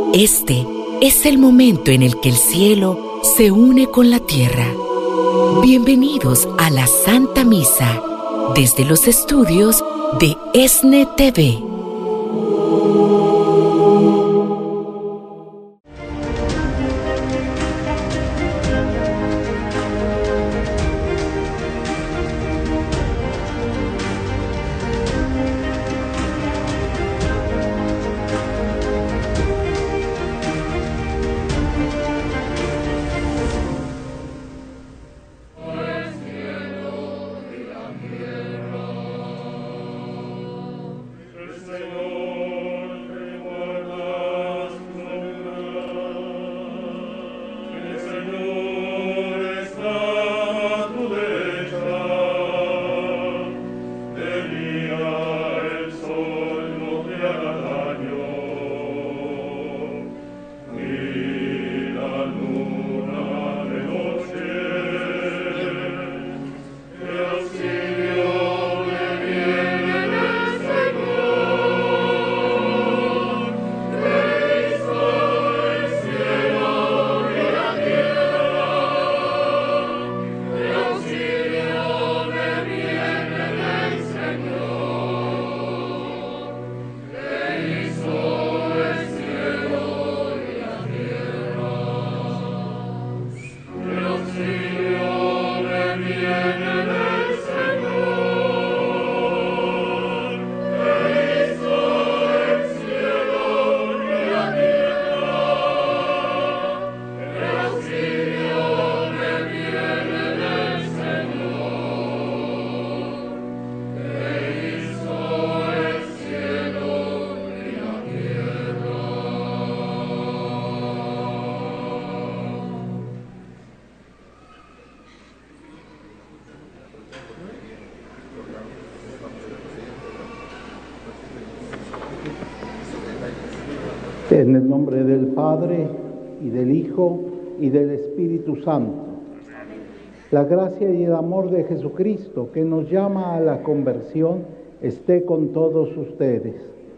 Este es el momento en el que el cielo se une con la tierra. Bienvenidos a la Santa Misa desde los estudios de ESNE TV. En el nombre del Padre, y del Hijo, y del Espíritu Santo. La gracia y el amor de Jesucristo, que nos llama a la conversión, esté con todos ustedes.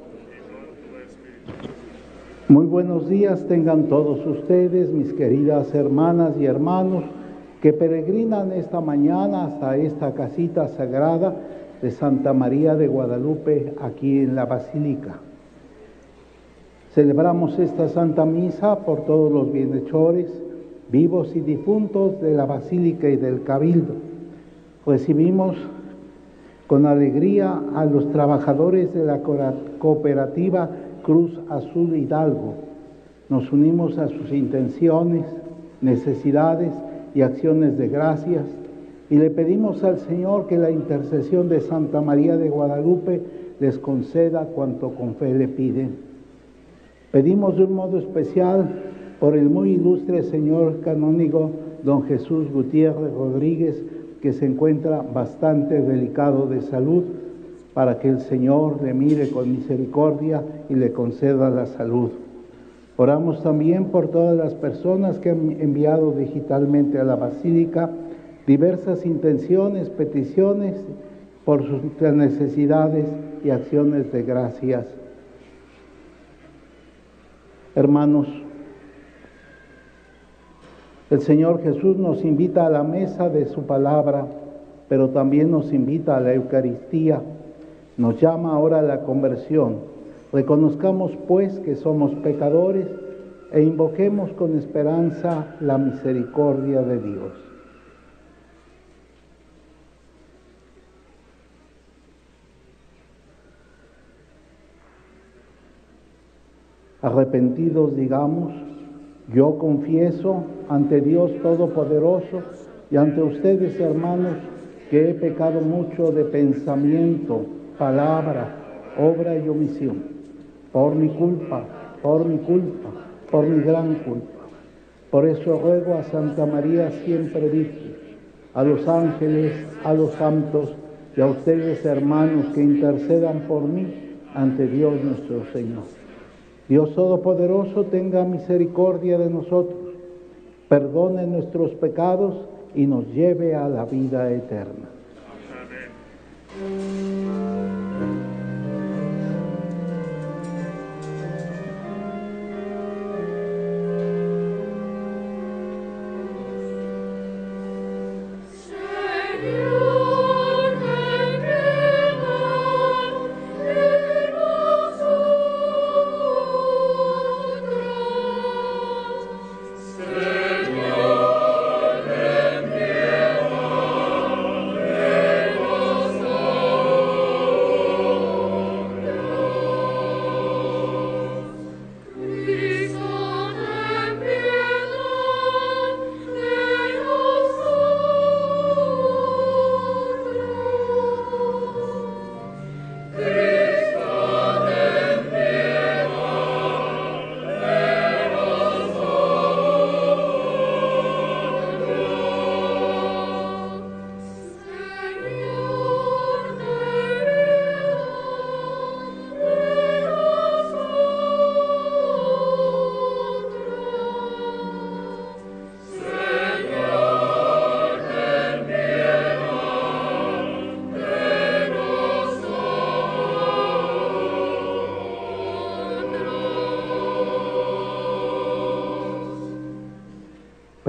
Muy buenos días tengan todos ustedes, mis queridas hermanas y hermanos, que peregrinan esta mañana hasta esta casita sagrada de Santa María de Guadalupe, aquí en la Basílica. Celebramos esta Santa Misa por todos los bienhechores, vivos y difuntos de la Basílica y del Cabildo. Recibimos con alegría a los trabajadores de la cooperativa Cruz Azul Hidalgo. Nos unimos a sus intenciones, necesidades y acciones de gracias y le pedimos al Señor que la intercesión de Santa María de Guadalupe les conceda cuanto con fe le piden. Pedimos de un modo especial por el muy ilustre señor canónigo don Jesús Gutiérrez Rodríguez, que se encuentra bastante delicado de salud, para que el Señor le mire con misericordia y le conceda la salud. Oramos también por todas las personas que han enviado digitalmente a la Basílica diversas intenciones, peticiones, por sus necesidades y acciones de gracias. Hermanos, el Señor Jesús nos invita a la mesa de su palabra, pero también nos invita a la Eucaristía. Nos llama ahora a la conversión. Reconozcamos pues que somos pecadores e invoquemos con esperanza la misericordia de Dios. Arrepentidos digamos: yo confieso ante Dios Todopoderoso y ante ustedes, hermanos, que he pecado mucho de pensamiento, palabra, obra y omisión, por mi culpa, por mi gran culpa. Por eso ruego a Santa María siempre Virgen, a los ángeles, a los santos y a ustedes, hermanos, que intercedan por mí ante Dios nuestro Señor. Dios Todopoderoso tenga misericordia de nosotros, perdone nuestros pecados y nos lleve a la vida eterna.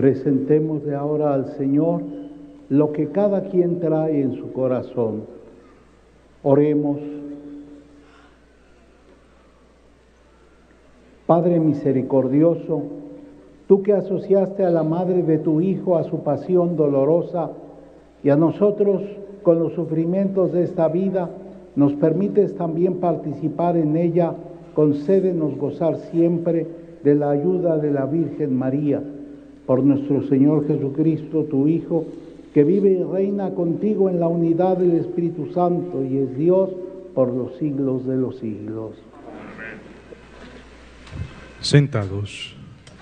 Presentémosle ahora al Señor lo que cada quien trae en su corazón. Oremos. Padre misericordioso, tú que asociaste a la madre de tu Hijo a su pasión dolorosa y a nosotros con los sufrimientos de esta vida, nos permites también participar en ella, concédenos gozar siempre de la ayuda de la Virgen María. Por nuestro Señor Jesucristo, tu Hijo, que vive y reina contigo en la unidad del Espíritu Santo y es Dios por los siglos de los siglos. Sentados.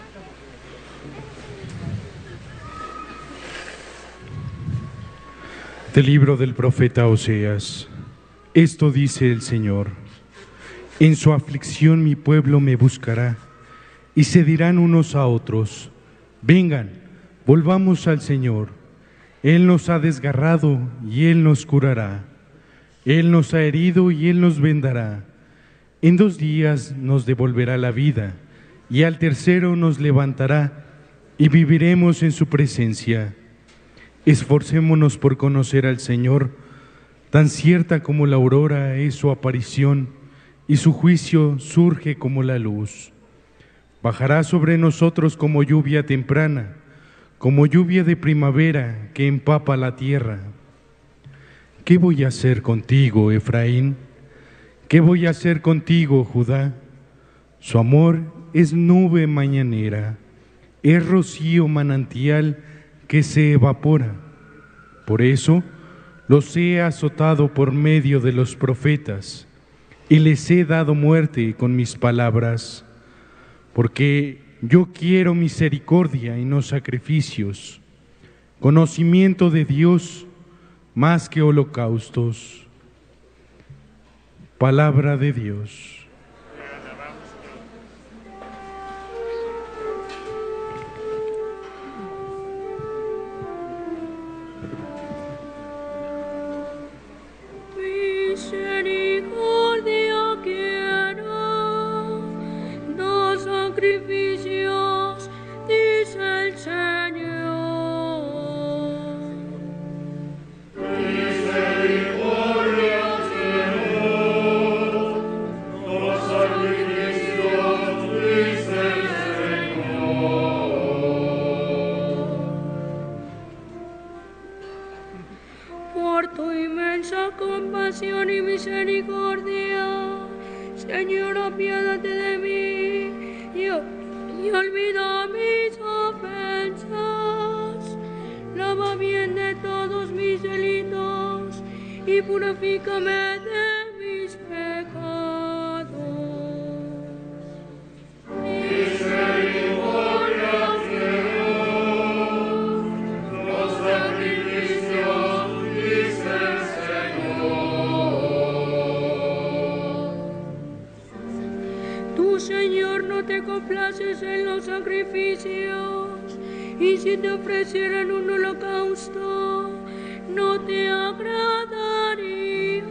Del libro del profeta Oseas. Esto dice el Señor: en su aflicción mi pueblo me buscará, y se dirán unos a otros: vengan, volvamos al Señor. Él nos ha desgarrado y Él nos curará. Él nos ha herido y Él nos vendará. En 2 días nos devolverá la vida, y al tercero nos levantará, y viviremos en su presencia. Esforcémonos por conocer al Señor. Tan cierta como la aurora es su aparición, y su juicio surge como la luz. Bajará sobre nosotros como lluvia temprana, como lluvia de primavera que empapa la tierra. ¿Qué voy a hacer contigo, Efraín? ¿Qué voy a hacer contigo, Judá? Su amor es nube mañanera, es rocío manantial que se evapora. Por eso los he azotado por medio de los profetas y les he dado muerte con mis palabras, porque yo quiero misericordia y no sacrificios, conocimiento de Dios más que holocaustos. Palabra de Dios. Misericordia quiero, no sacrificios, dice el Señor. Compasión y misericordia, Señor, apiádate de mí y olvida mis ofensas. Lava bien de todos mis delitos y purifícame de mis pecados. Misericordia quiero, no sacrificios, dice el Señor, no te complaces en los sacrificios, y si te ofrecieran un holocausto, no te agradaría.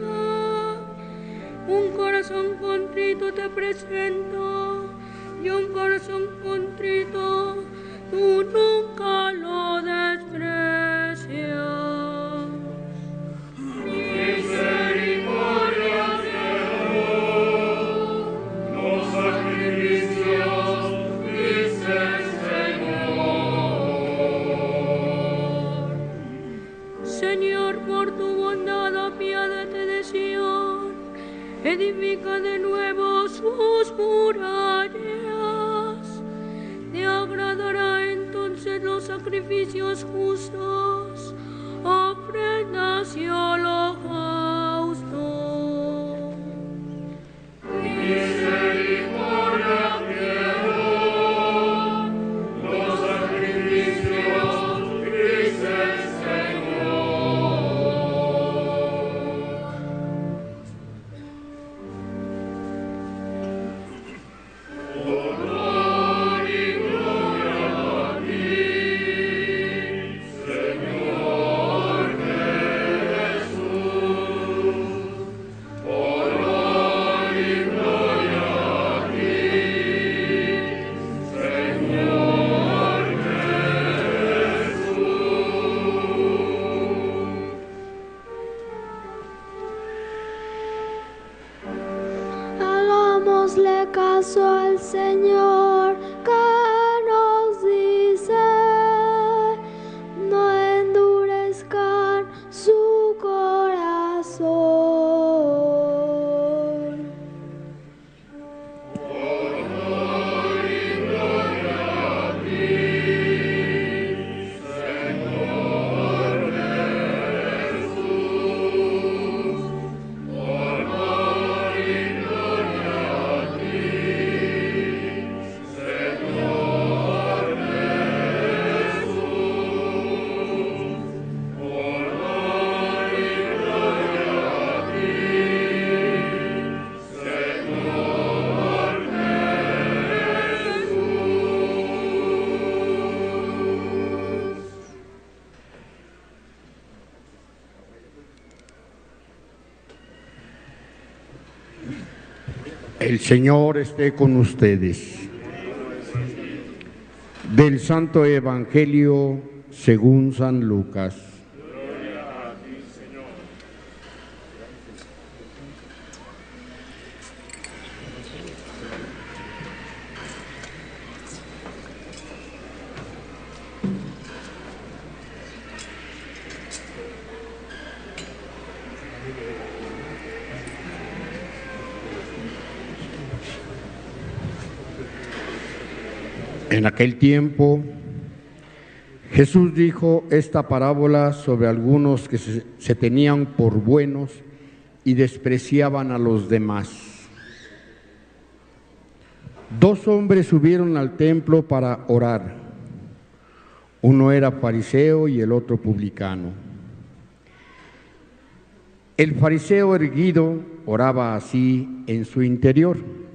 Un corazón contrito te presento, y un corazón contrito tú nunca lo desprecias. Edifica de nuevo sus murallas. Te agradará entonces los sacrificios justos, ofrendas y holocaustos. Misericordia quiero, los sacrificios, dice el Señor. Hagámosle caso al Señor que nos dice, no endurezcan su corazón. El Señor esté con ustedes. Del Santo Evangelio según San Lucas. Gloria a ti, Señor. En aquel tiempo, Jesús dijo esta parábola sobre algunos que se tenían por buenos y despreciaban a los demás. 2 hombres subieron al templo para orar. Uno era fariseo y el otro publicano. El fariseo erguido oraba así en su interior: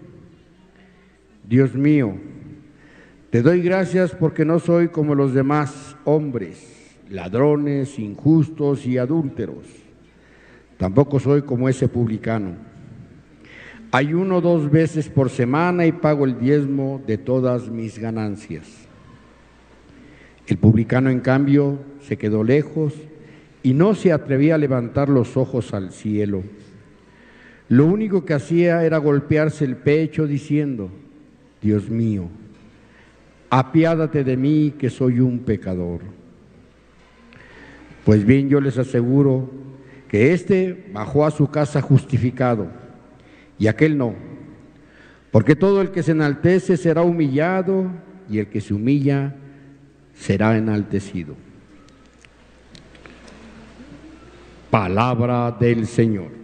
Dios mío, te doy gracias porque no soy como los demás hombres, ladrones, injustos y adúlteros. Tampoco soy como ese publicano. Ayuno 2 veces por semana y pago el diezmo de todas mis ganancias. El publicano, en cambio, se quedó lejos y no se atrevía a levantar los ojos al cielo. Lo único que hacía era golpearse el pecho diciendo: Dios mío, apiádate de mí, que soy un pecador. Pues bien, yo les aseguro que éste bajó a su casa justificado y aquel no, porque todo el que se enaltece será humillado y el que se humilla será enaltecido. Palabra del Señor.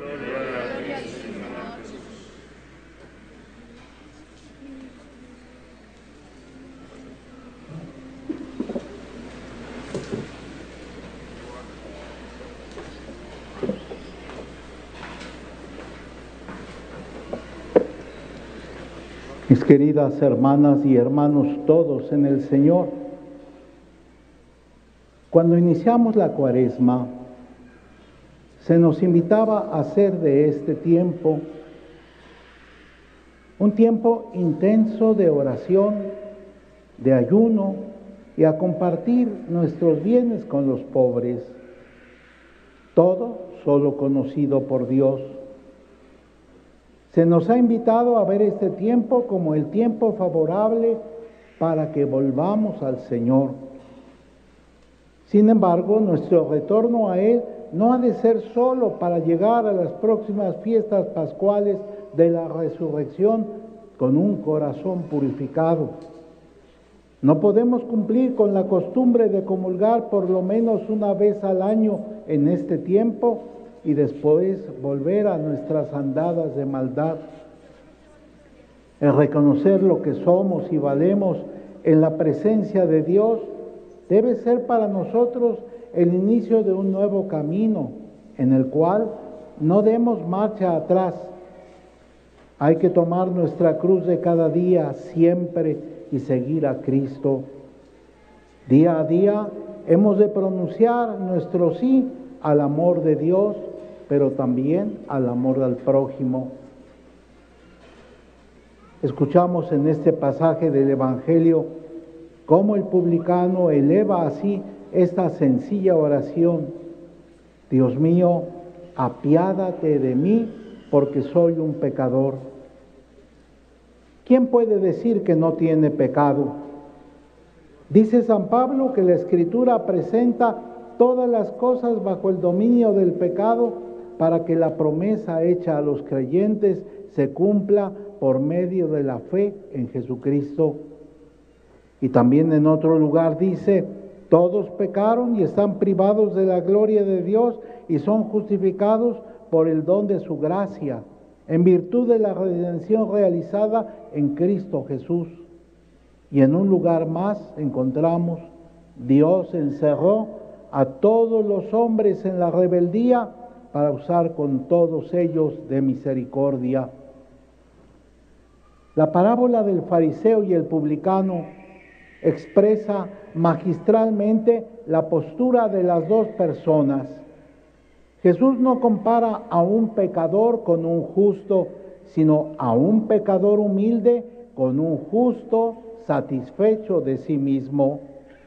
Mis queridas hermanas y hermanos todos en el Señor, cuando iniciamos la Cuaresma, se nos invitaba a hacer de este tiempo un tiempo intenso de oración, de ayuno y a compartir nuestros bienes con los pobres. Todo solo conocido por Dios. Se nos ha invitado a ver este tiempo como el tiempo favorable para que volvamos al Señor. Sin embargo, nuestro retorno a Él no ha de ser solo para llegar a las próximas fiestas pascuales de la resurrección con un corazón purificado. No podemos cumplir con la costumbre de comulgar por lo menos una vez al año en este tiempo y después volver a nuestras andadas de maldad. El reconocer lo que somos y valemos en la presencia de Dios debe ser para nosotros el inicio de un nuevo camino en el cual no demos marcha atrás. Hay que tomar nuestra cruz de cada día siempre y seguir a Cristo. Día a día hemos de pronunciar nuestro sí al amor de Dios, pero también al amor al prójimo. Escuchamos en este pasaje del Evangelio cómo el publicano eleva así esta sencilla oración: Dios mío, apiádate de mí porque soy un pecador. ¿quién puede decir que no tiene pecado? Dice San Pablo que la Escritura presenta todas las cosas bajo el dominio del pecado para que la promesa hecha a los creyentes se cumpla por medio de la fe en Jesucristo. Y también en otro lugar dice: todos pecaron y están privados de la gloria de Dios y son justificados por el don de su gracia, en virtud de la redención realizada en Cristo Jesús. Y en un lugar más encontramos: Dios encerró a todos los hombres en la rebeldía para usar con todos ellos de misericordia. La parábola del fariseo y el publicano expresa magistralmente la postura de las dos personas. Jesús no compara a un pecador con un justo, sino a un pecador humilde con un justo satisfecho de sí mismo.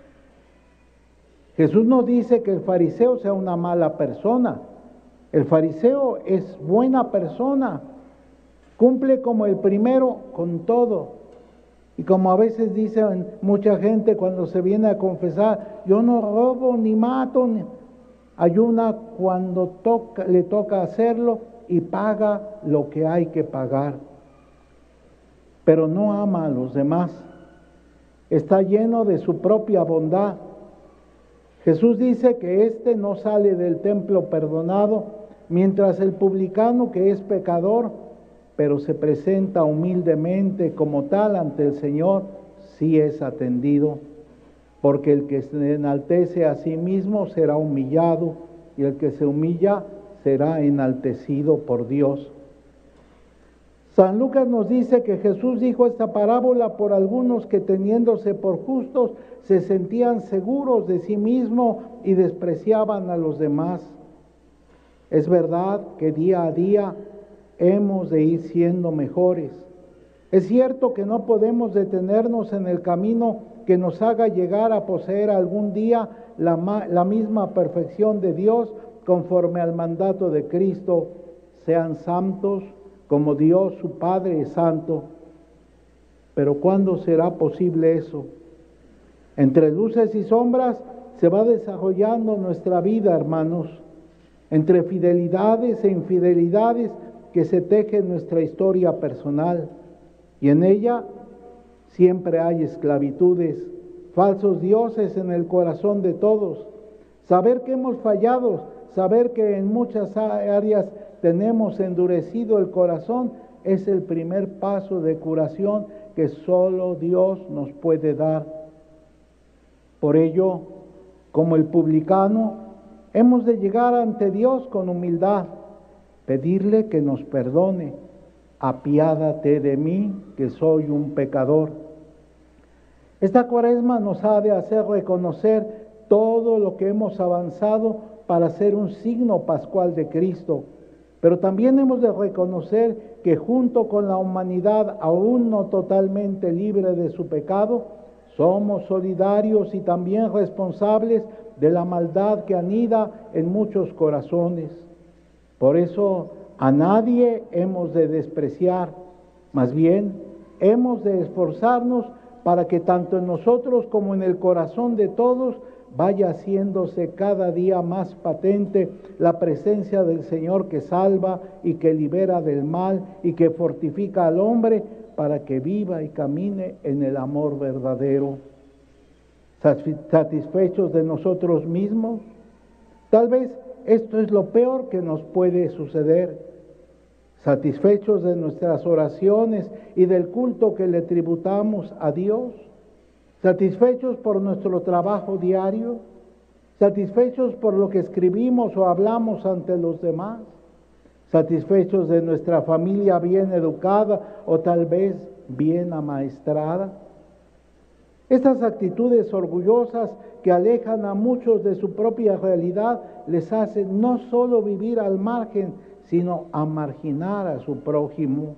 Jesús no dice que el fariseo sea una mala persona. El fariseo es buena persona, cumple como el primero con todo. Y como a veces dicen mucha gente cuando se viene a confesar: yo no robo ni mato, ayuna cuando le toca hacerlo y paga lo que hay que pagar. Pero no ama a los demás, está lleno de su propia bondad. Jesús dice que éste no sale del templo perdonado, mientras el publicano, que es pecador, pero se presenta humildemente como tal ante el Señor, sí es atendido, porque el que se enaltece a sí mismo será humillado, y el que se humilla será enaltecido por Dios. San Lucas nos dice que Jesús dijo esta parábola por algunos que, teniéndose por justos, se sentían seguros de sí mismos y despreciaban a los demás. Es verdad que día a día hemos de ir siendo mejores. Es cierto que no podemos detenernos en el camino que nos haga llegar a poseer algún día la misma perfección de Dios conforme al mandato de Cristo: sean santos como Dios su Padre es santo. Pero ¿cuándo será posible eso? Entre luces y sombras se va desarrollando nuestra vida, hermanos, entre fidelidades e infidelidades que se teje nuestra historia personal, y en ella siempre hay esclavitudes, falsos dioses en el corazón de todos. Saber que hemos fallado, saber que en muchas áreas tenemos endurecido el corazón, es el primer paso de curación que solo Dios nos puede dar. Por ello, como el publicano, hemos de llegar ante Dios con humildad, pedirle que nos perdone. Apiádate de mí, que soy un pecador. Esta Cuaresma nos ha de hacer reconocer todo lo que hemos avanzado para ser un signo pascual de Cristo, pero también hemos de reconocer que junto con la humanidad aún no totalmente libre de su pecado, somos solidarios y también responsables de la maldad que anida en muchos corazones. Por eso a nadie hemos de despreciar, más bien hemos de esforzarnos para que tanto en nosotros como en el corazón de todos vaya haciéndose cada día más patente la presencia del Señor, que salva y que libera del mal y que fortifica al hombre para que viva y camine en el amor verdadero. Satisfechos de nosotros mismos, tal vez esto es lo peor que nos puede suceder. Satisfechos de nuestras oraciones y del culto que le tributamos a Dios, satisfechos por nuestro trabajo diario, satisfechos por lo que escribimos o hablamos ante los demás, satisfechos de nuestra familia bien educada o tal vez bien amaestrada. Estas actitudes orgullosas que alejan a muchos de su propia realidad les hacen no solo vivir al margen, sino a marginar a su prójimo.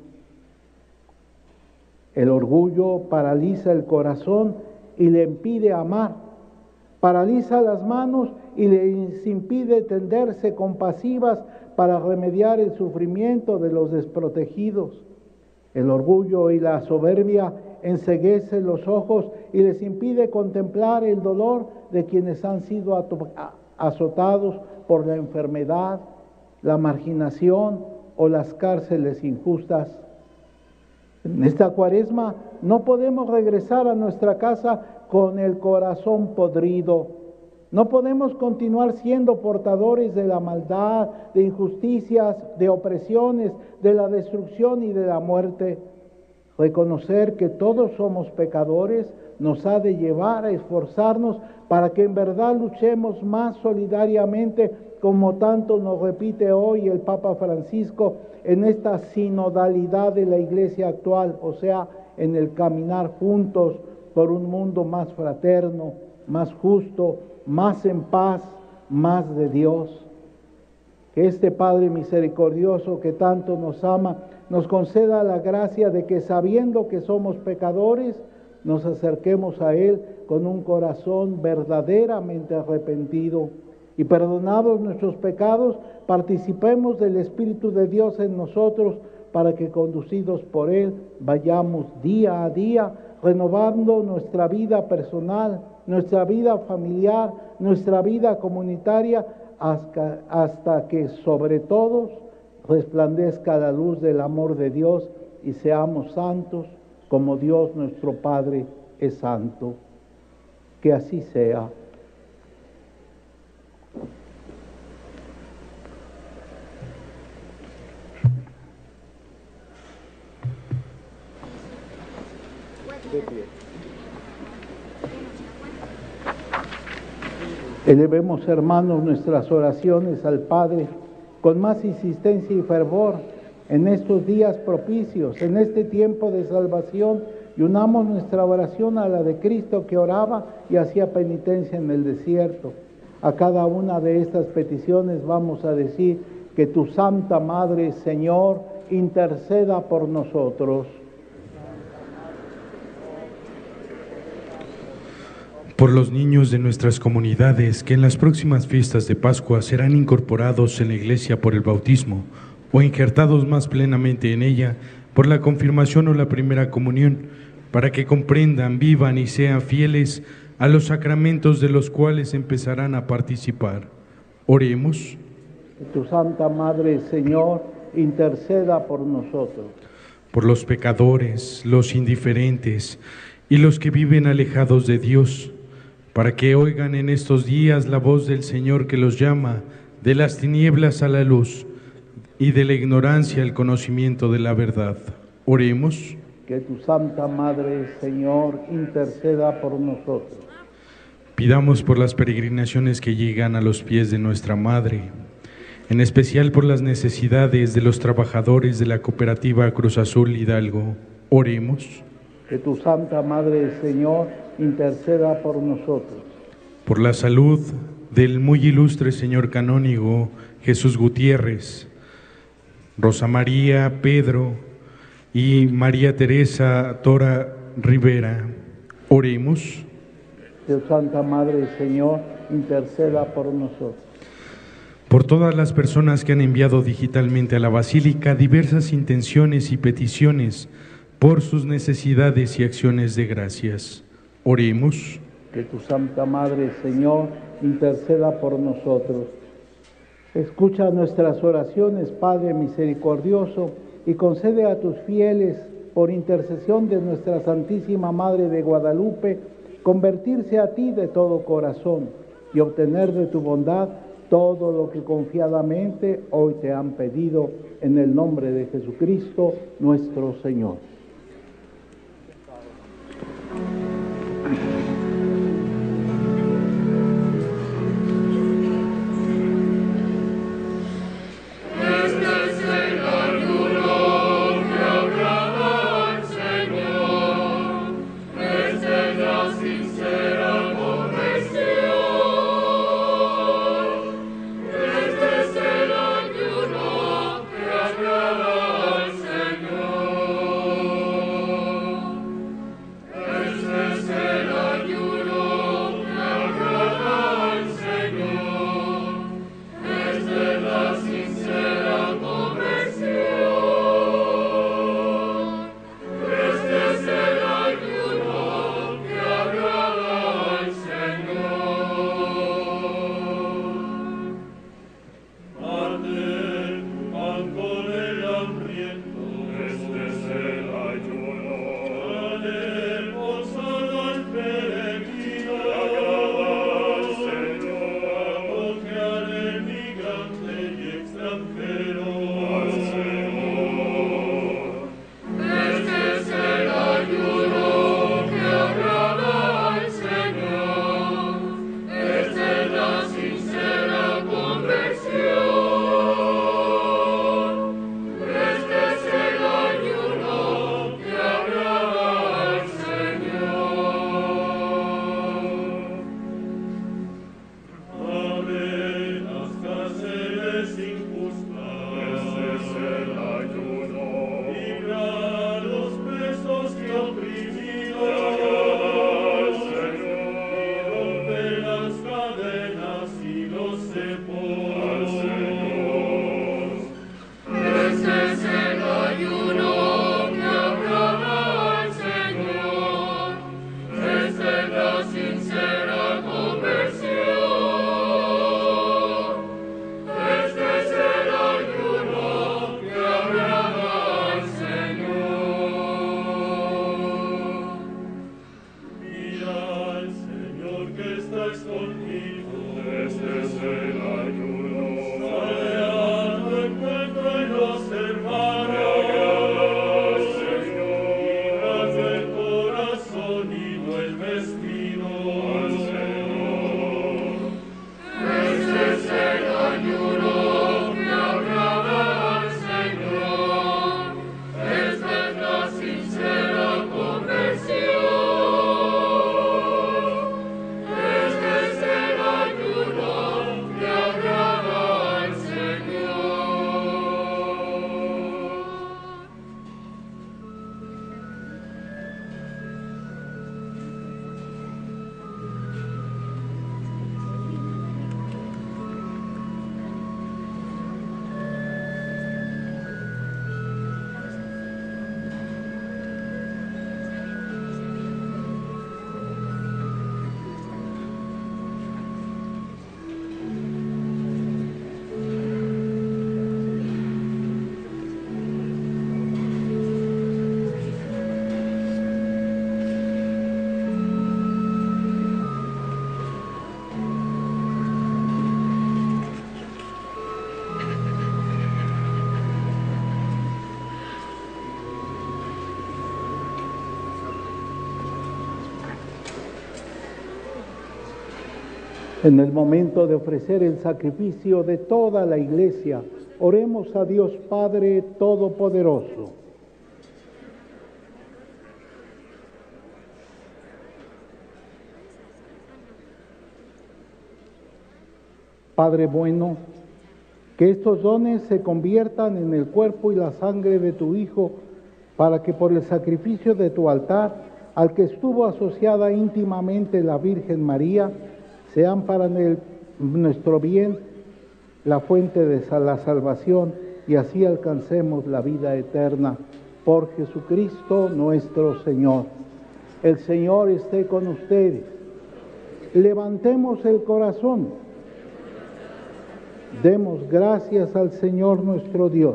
El orgullo paraliza el corazón y le impide amar, paraliza las manos y les impide tenderse compasivas para remediar el sufrimiento de los desprotegidos. El orgullo y la soberbia enceguecen los ojos y les impide contemplar el dolor de quienes han sido azotados por la enfermedad, la marginación o las cárceles injustas. En esta Cuaresma no podemos regresar a nuestra casa con el corazón podrido. No podemos continuar siendo portadores de la maldad, de injusticias, de opresiones, de la destrucción y de la muerte. Reconocer que todos somos pecadores nos ha de llevar a esforzarnos para que en verdad luchemos más solidariamente, como tanto nos repite hoy el Papa Francisco, en esta sinodalidad de la Iglesia actual, o sea, en el caminar juntos por un mundo más fraterno, más justo, más en paz, más de Dios. Que este Padre misericordioso que tanto nos ama, nos conceda la gracia de que, sabiendo que somos pecadores, nos acerquemos a Él con un corazón verdaderamente arrepentido, y perdonados nuestros pecados, participemos del Espíritu de Dios en nosotros, para que, conducidos por Él, vayamos día a día renovando nuestra vida personal, nuestra vida familiar, nuestra vida comunitaria, hasta que sobre todos resplandezca la luz del amor de Dios y seamos santos como Dios nuestro Padre es santo. Que así sea. Elevemos, hermanos, nuestras oraciones al Padre con más insistencia y fervor en estos días propicios, en este tiempo de salvación, y unamos nuestra oración a la de Cristo, que oraba y hacía penitencia en el desierto. A cada una de estas peticiones vamos a decir: que tu Santa Madre, Señor, interceda por nosotros. Por los niños de nuestras comunidades que en las próximas fiestas de Pascua serán incorporados en la Iglesia por el bautismo o injertados más plenamente en ella por la confirmación o la primera comunión, para que comprendan, vivan y sean fieles a los sacramentos de los cuales empezarán a participar. Oremos. Que tu Santa Madre, Señor, interceda por nosotros. Por los pecadores, los indiferentes y los que viven alejados de Dios, para que oigan en estos días la voz del Señor, que los llama de las tinieblas a la luz y de la ignorancia al conocimiento de la verdad. Oremos. Que tu Santa Madre, Señor, interceda por nosotros. Pidamos por las peregrinaciones que llegan a los pies de nuestra Madre, en especial por las necesidades de los trabajadores de la cooperativa Cruz Azul Hidalgo. Oremos. Que tu Santa Madre, Señor, interceda por nosotros. Por la salud del muy ilustre señor canónigo Jesús Gutiérrez, Rosa María Pedro y María Teresa Tora Rivera. Oremos. Que tu Santa Madre, Señor, interceda por nosotros. Por todas las personas que han enviado digitalmente a la Basílica diversas intenciones y peticiones por sus necesidades y acciones de gracias. Oremos. Que tu Santa Madre, Señor, interceda por nosotros. Escucha nuestras oraciones, Padre misericordioso, y concede a tus fieles, por intercesión de nuestra Santísima Madre de Guadalupe, convertirse a ti de todo corazón y obtener de tu bondad todo lo que confiadamente hoy te han pedido, en el nombre de Jesucristo, nuestro Señor. Señor. En el momento de ofrecer el sacrificio de toda la Iglesia, oremos a Dios Padre Todopoderoso. Padre bueno, que estos dones se conviertan en el cuerpo y la sangre de tu Hijo, para que por el sacrificio de tu altar, al que estuvo asociada íntimamente la Virgen María, sean para nuestro bien la fuente de la salvación y así alcancemos la vida eterna. Por Jesucristo nuestro Señor. El Señor esté con ustedes. Levantemos el corazón. Demos gracias al Señor nuestro Dios.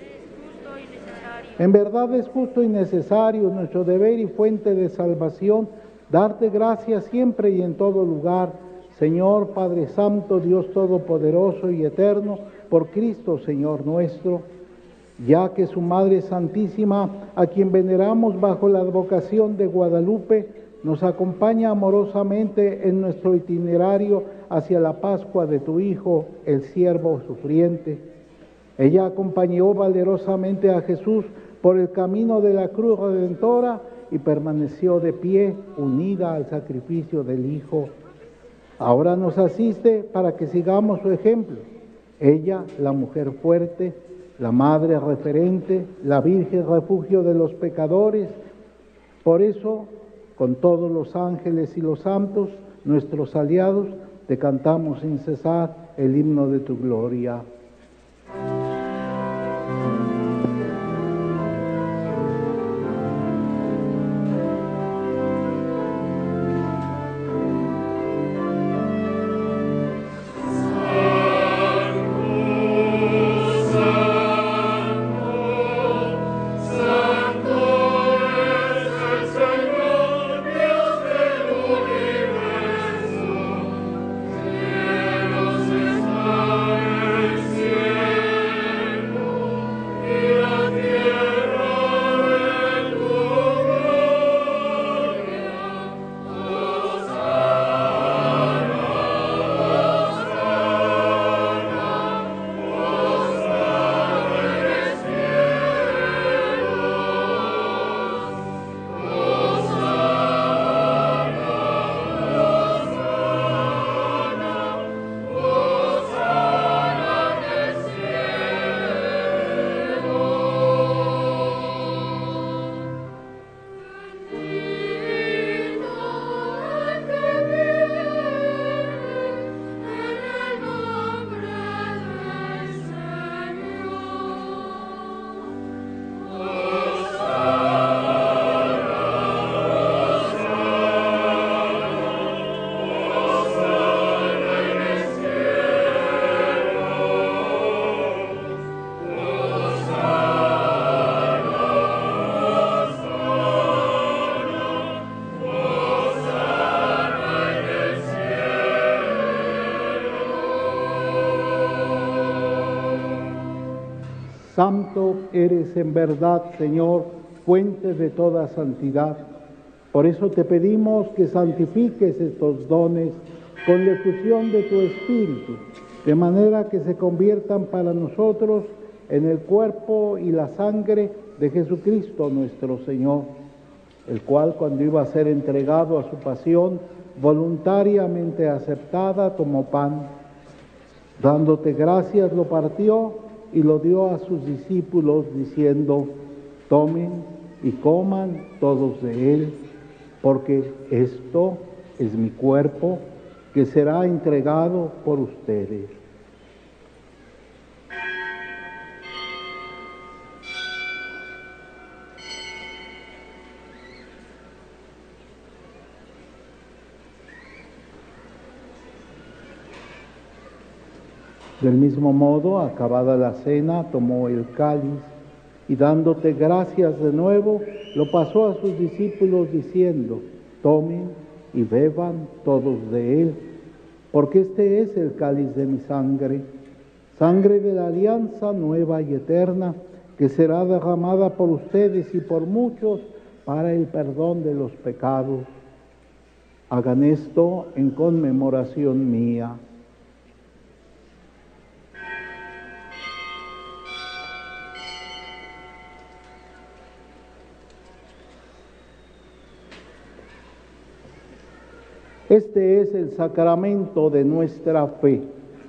En verdad es justo y necesario, nuestro deber y fuente de salvación, darte gracias siempre y en todo lugar, Señor Padre Santo, Dios Todopoderoso y Eterno, por Cristo Señor nuestro, ya que su Madre Santísima, a quien veneramos bajo la advocación de Guadalupe, nos acompaña amorosamente en nuestro itinerario hacia la Pascua de tu Hijo, el siervo sufriente. Ella acompañó valerosamente a Jesús por el camino de la cruz redentora y permaneció de pie, unida al sacrificio del Hijo. Ahora nos asiste para que sigamos su ejemplo. Ella, la mujer fuerte, la madre referente, la Virgen refugio de los pecadores. Por eso, con todos los ángeles y los santos, nuestros aliados, te cantamos sin cesar el himno de tu gloria. Santo eres en verdad, Señor, fuente de toda santidad. Por eso te pedimos que santifiques estos dones con la efusión de tu Espíritu, de manera que se conviertan para nosotros en el cuerpo y la sangre de Jesucristo nuestro Señor, el cual cuando iba a ser entregado a su pasión, voluntariamente aceptada, tomó pan. Dándote gracias, lo partió y lo dio a sus discípulos, diciendo: tomen y coman todos de él, porque esto es mi cuerpo, que será entregado por ustedes. Del mismo modo, acabada la cena, tomó el cáliz y dándote gracias de nuevo, lo pasó a sus discípulos diciendo: tomen y beban todos de él, porque este es el cáliz de mi sangre, sangre de la alianza nueva y eterna, que será derramada por ustedes y por muchos para el perdón de los pecados. Hagan esto en conmemoración mía. Este es el sacramento de nuestra fe.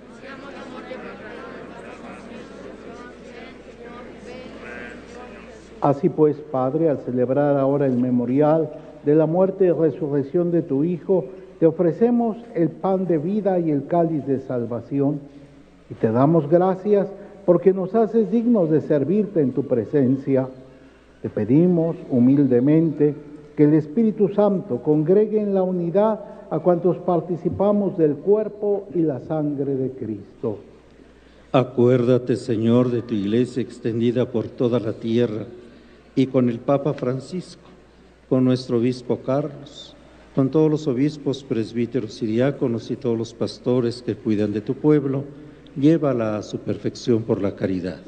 Así pues, Padre, al celebrar ahora el memorial de la muerte y resurrección de tu Hijo, te ofrecemos el pan de vida y el cáliz de salvación, y te damos gracias porque nos haces dignos de servirte en tu presencia. Te pedimos humildemente que el Espíritu Santo congregue en la unidad a cuantos participamos del cuerpo y la sangre de Cristo. Acuérdate, Señor, de tu iglesia extendida por toda la tierra, y con el Papa Francisco, con nuestro obispo Carlos, con todos los obispos, presbíteros y diáconos y todos los pastores que cuidan de tu pueblo, llévala a su perfección por la caridad.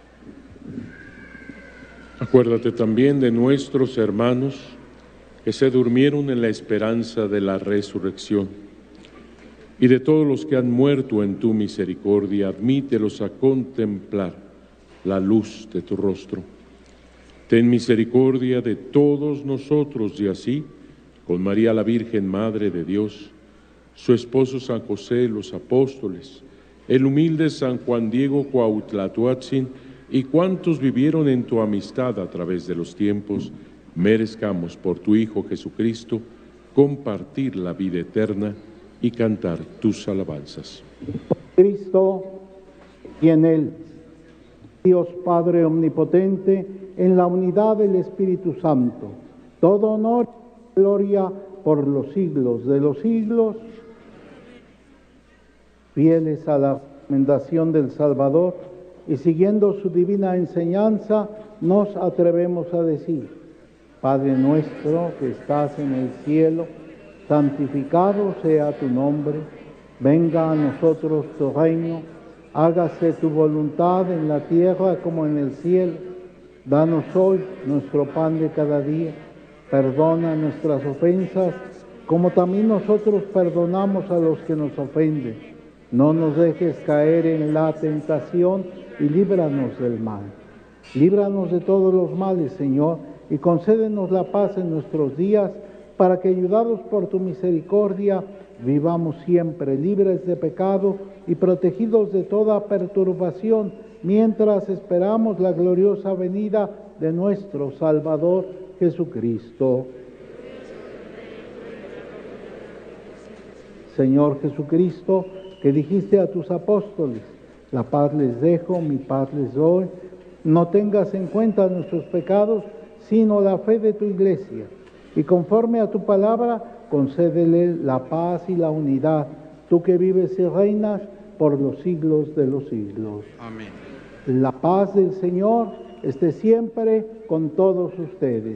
Acuérdate también de nuestros hermanos que se durmieron en la esperanza de la resurrección, y de todos los que han muerto en tu misericordia, admítelos a contemplar la luz de tu rostro. Ten misericordia de todos nosotros y así, con María la Virgen, Madre de Dios, su esposo San José, los apóstoles, el humilde San Juan Diego Cuauhtlatoatzin y cuantos vivieron en tu amistad a través de los tiempos, merezcamos por tu Hijo Jesucristo compartir la vida eterna y cantar tus alabanzas. Cristo y en Él, Dios Padre Omnipotente, en la unidad del Espíritu Santo, todo honor y gloria por los siglos de los siglos. Fieles a la recomendación del Salvador y siguiendo su divina enseñanza, nos atrevemos a decir: Padre nuestro que estás en el cielo, santificado sea tu nombre, venga a nosotros tu reino, hágase tu voluntad en la tierra como en el cielo. Danos hoy nuestro pan de cada día, perdona nuestras ofensas, como también nosotros perdonamos a los que nos ofenden. No nos dejes caer en la tentación y líbranos del mal. Líbranos de todos los males, Señor, y concédenos la paz en nuestros días, para que, ayudados por tu misericordia, vivamos siempre libres de pecado y protegidos de toda perturbación, mientras esperamos la gloriosa venida de nuestro Salvador Jesucristo. Señor Jesucristo, que dijiste a tus apóstoles: la paz les dejo, mi paz les doy, no tengas en cuenta nuestros pecados, sino la fe de tu iglesia, y conforme a tu palabra, concédele la paz y la unidad, tú que vives y reinas por los siglos de los siglos. Amén. La paz del Señor esté siempre con todos ustedes.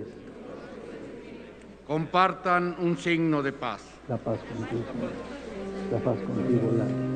Compartan un signo de paz. La paz contigo. La paz contigo.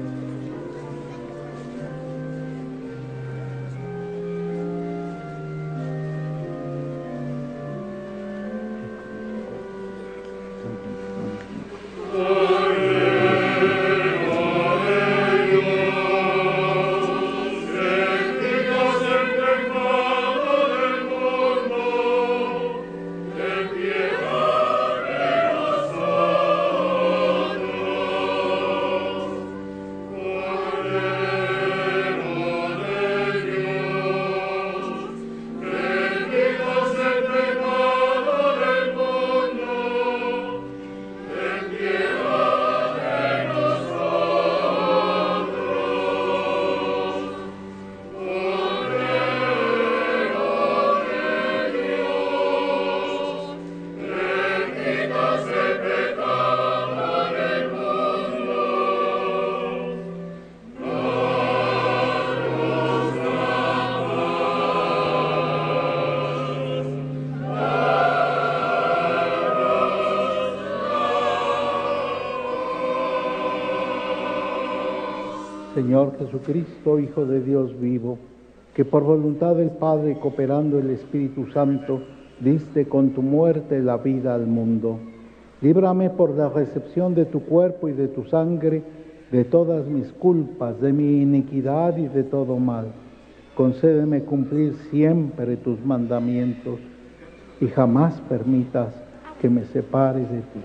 Señor Jesucristo, Hijo de Dios vivo, que por voluntad del Padre, cooperando el Espíritu Santo, diste con tu muerte la vida al mundo. Líbrame por la recepción de tu cuerpo y de tu sangre, de todas mis culpas, de mi iniquidad y de todo mal. Concédeme cumplir siempre tus mandamientos y jamás permitas que me separe de ti.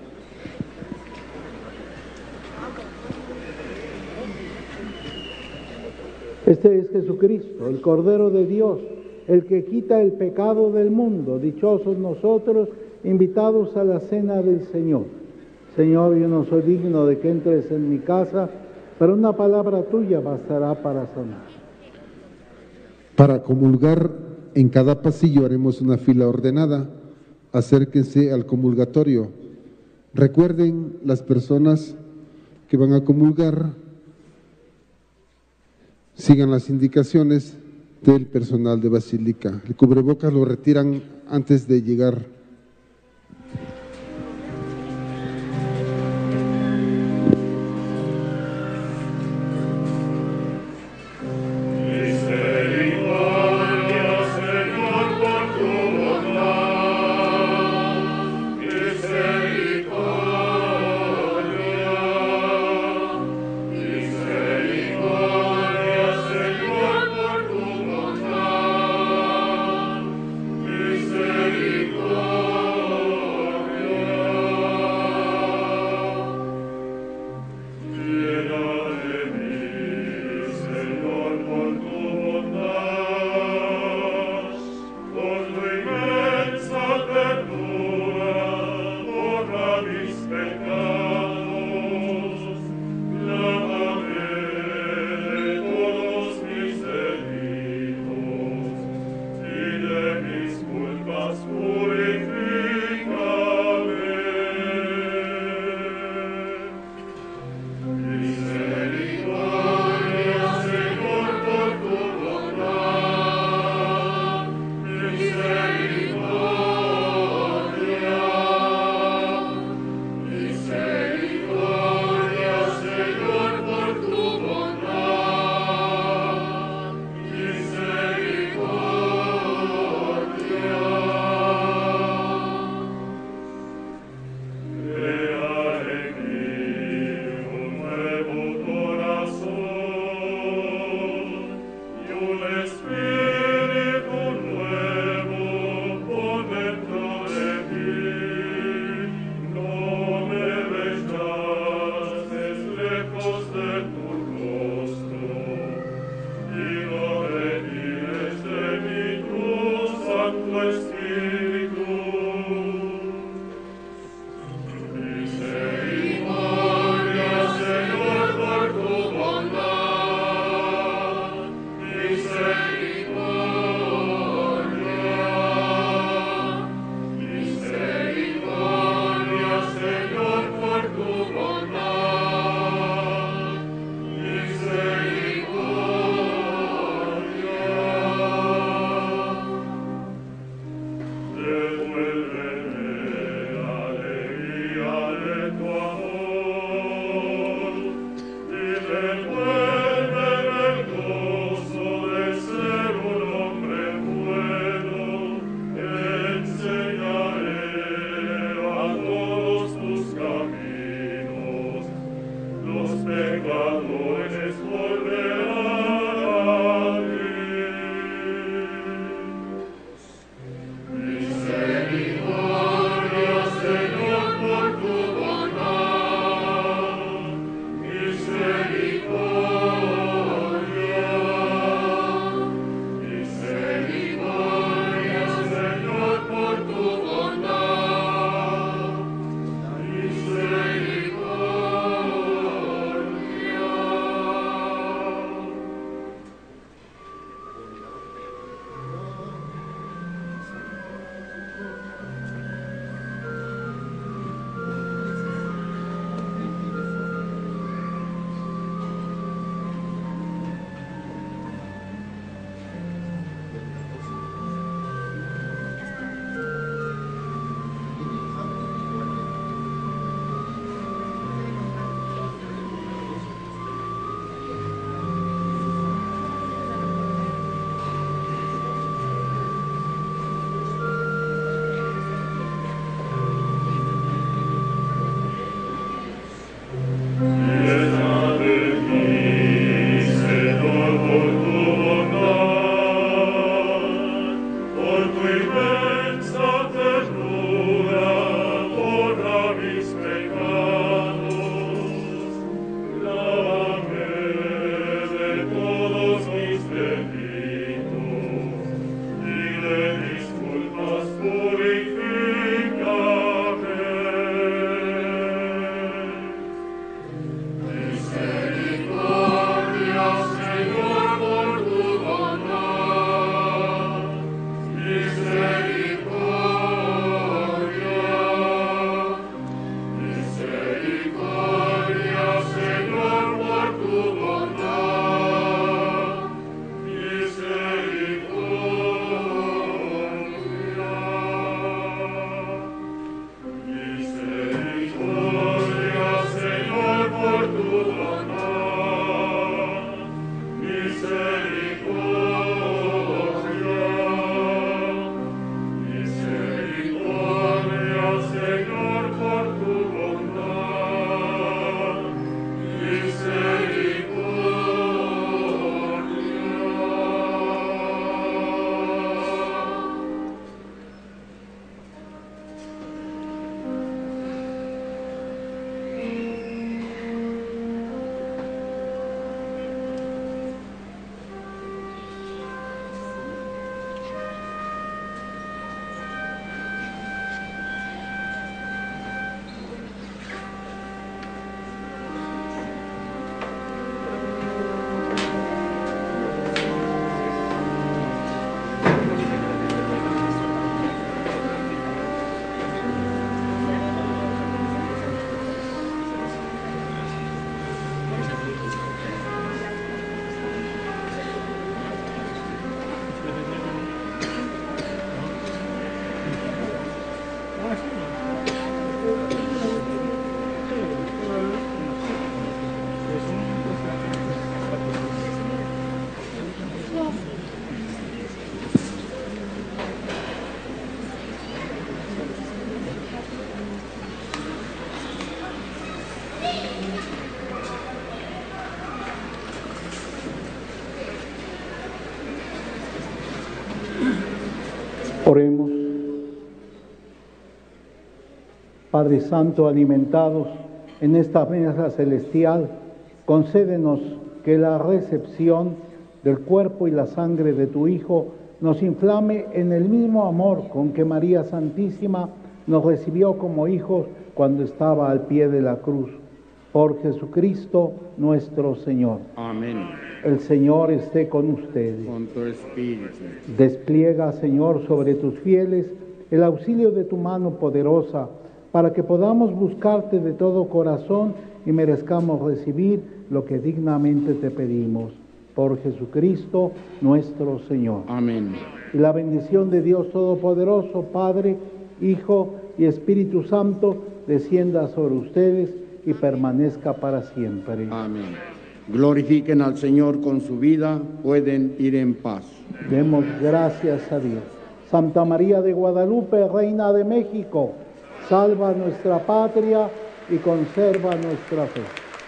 Este es Jesucristo, el Cordero de Dios, el que quita el pecado del mundo. Dichosos nosotros, invitados a la cena del Señor. Señor, yo no soy digno de que entres en mi casa, pero una palabra tuya bastará para sanar. Para comulgar, en cada pasillo haremos una fila ordenada. Acérquense al comulgatorio. Recuerden las personas que van a comulgar, sigan las indicaciones del personal de Basílica. El cubrebocas lo retiran antes de llegar. Misericordia, Padre Santo, alimentados en esta mesa celestial, concédenos que la recepción del cuerpo y la sangre de tu Hijo nos inflame en el mismo amor con que María Santísima nos recibió como hijos cuando estaba al pie de la cruz. Por Jesucristo nuestro Señor. Amén. El Señor esté con ustedes. Con tu espíritu. Despliega, Señor, sobre tus fieles el auxilio de tu mano poderosa, para que podamos buscarte de todo corazón y merezcamos recibir lo que dignamente te pedimos. Por Jesucristo nuestro Señor. Amén. Y la bendición de Dios Todopoderoso, Padre, Hijo y Espíritu Santo, descienda sobre ustedes y permanezca para siempre. Amén. Glorifiquen al Señor con su vida, pueden ir en paz. Demos gracias a Dios. Santa María de Guadalupe, Reina de México, salva nuestra patria y conserva nuestra fe.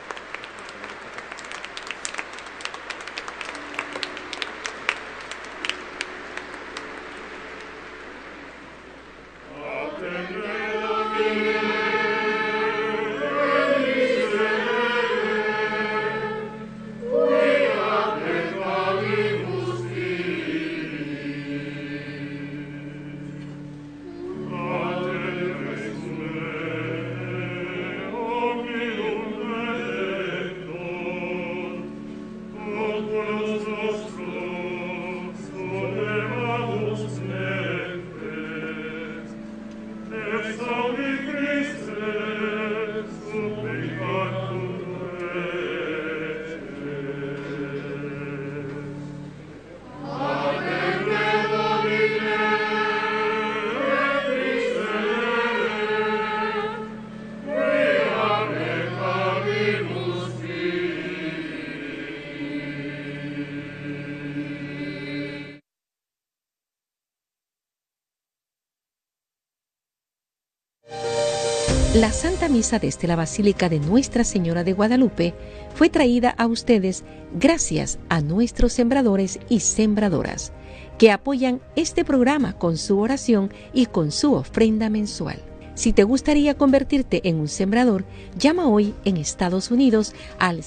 La Santa Misa desde la Basílica de Nuestra Señora de Guadalupe fue traída a ustedes gracias a nuestros sembradores y sembradoras, que apoyan este programa con su oración y con su ofrenda mensual. Si te gustaría convertirte en un sembrador, llama hoy en Estados Unidos al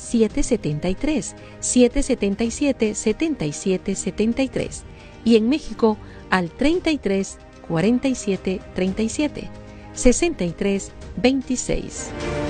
777-7777-7773 y en México al 33 47 37 63 26.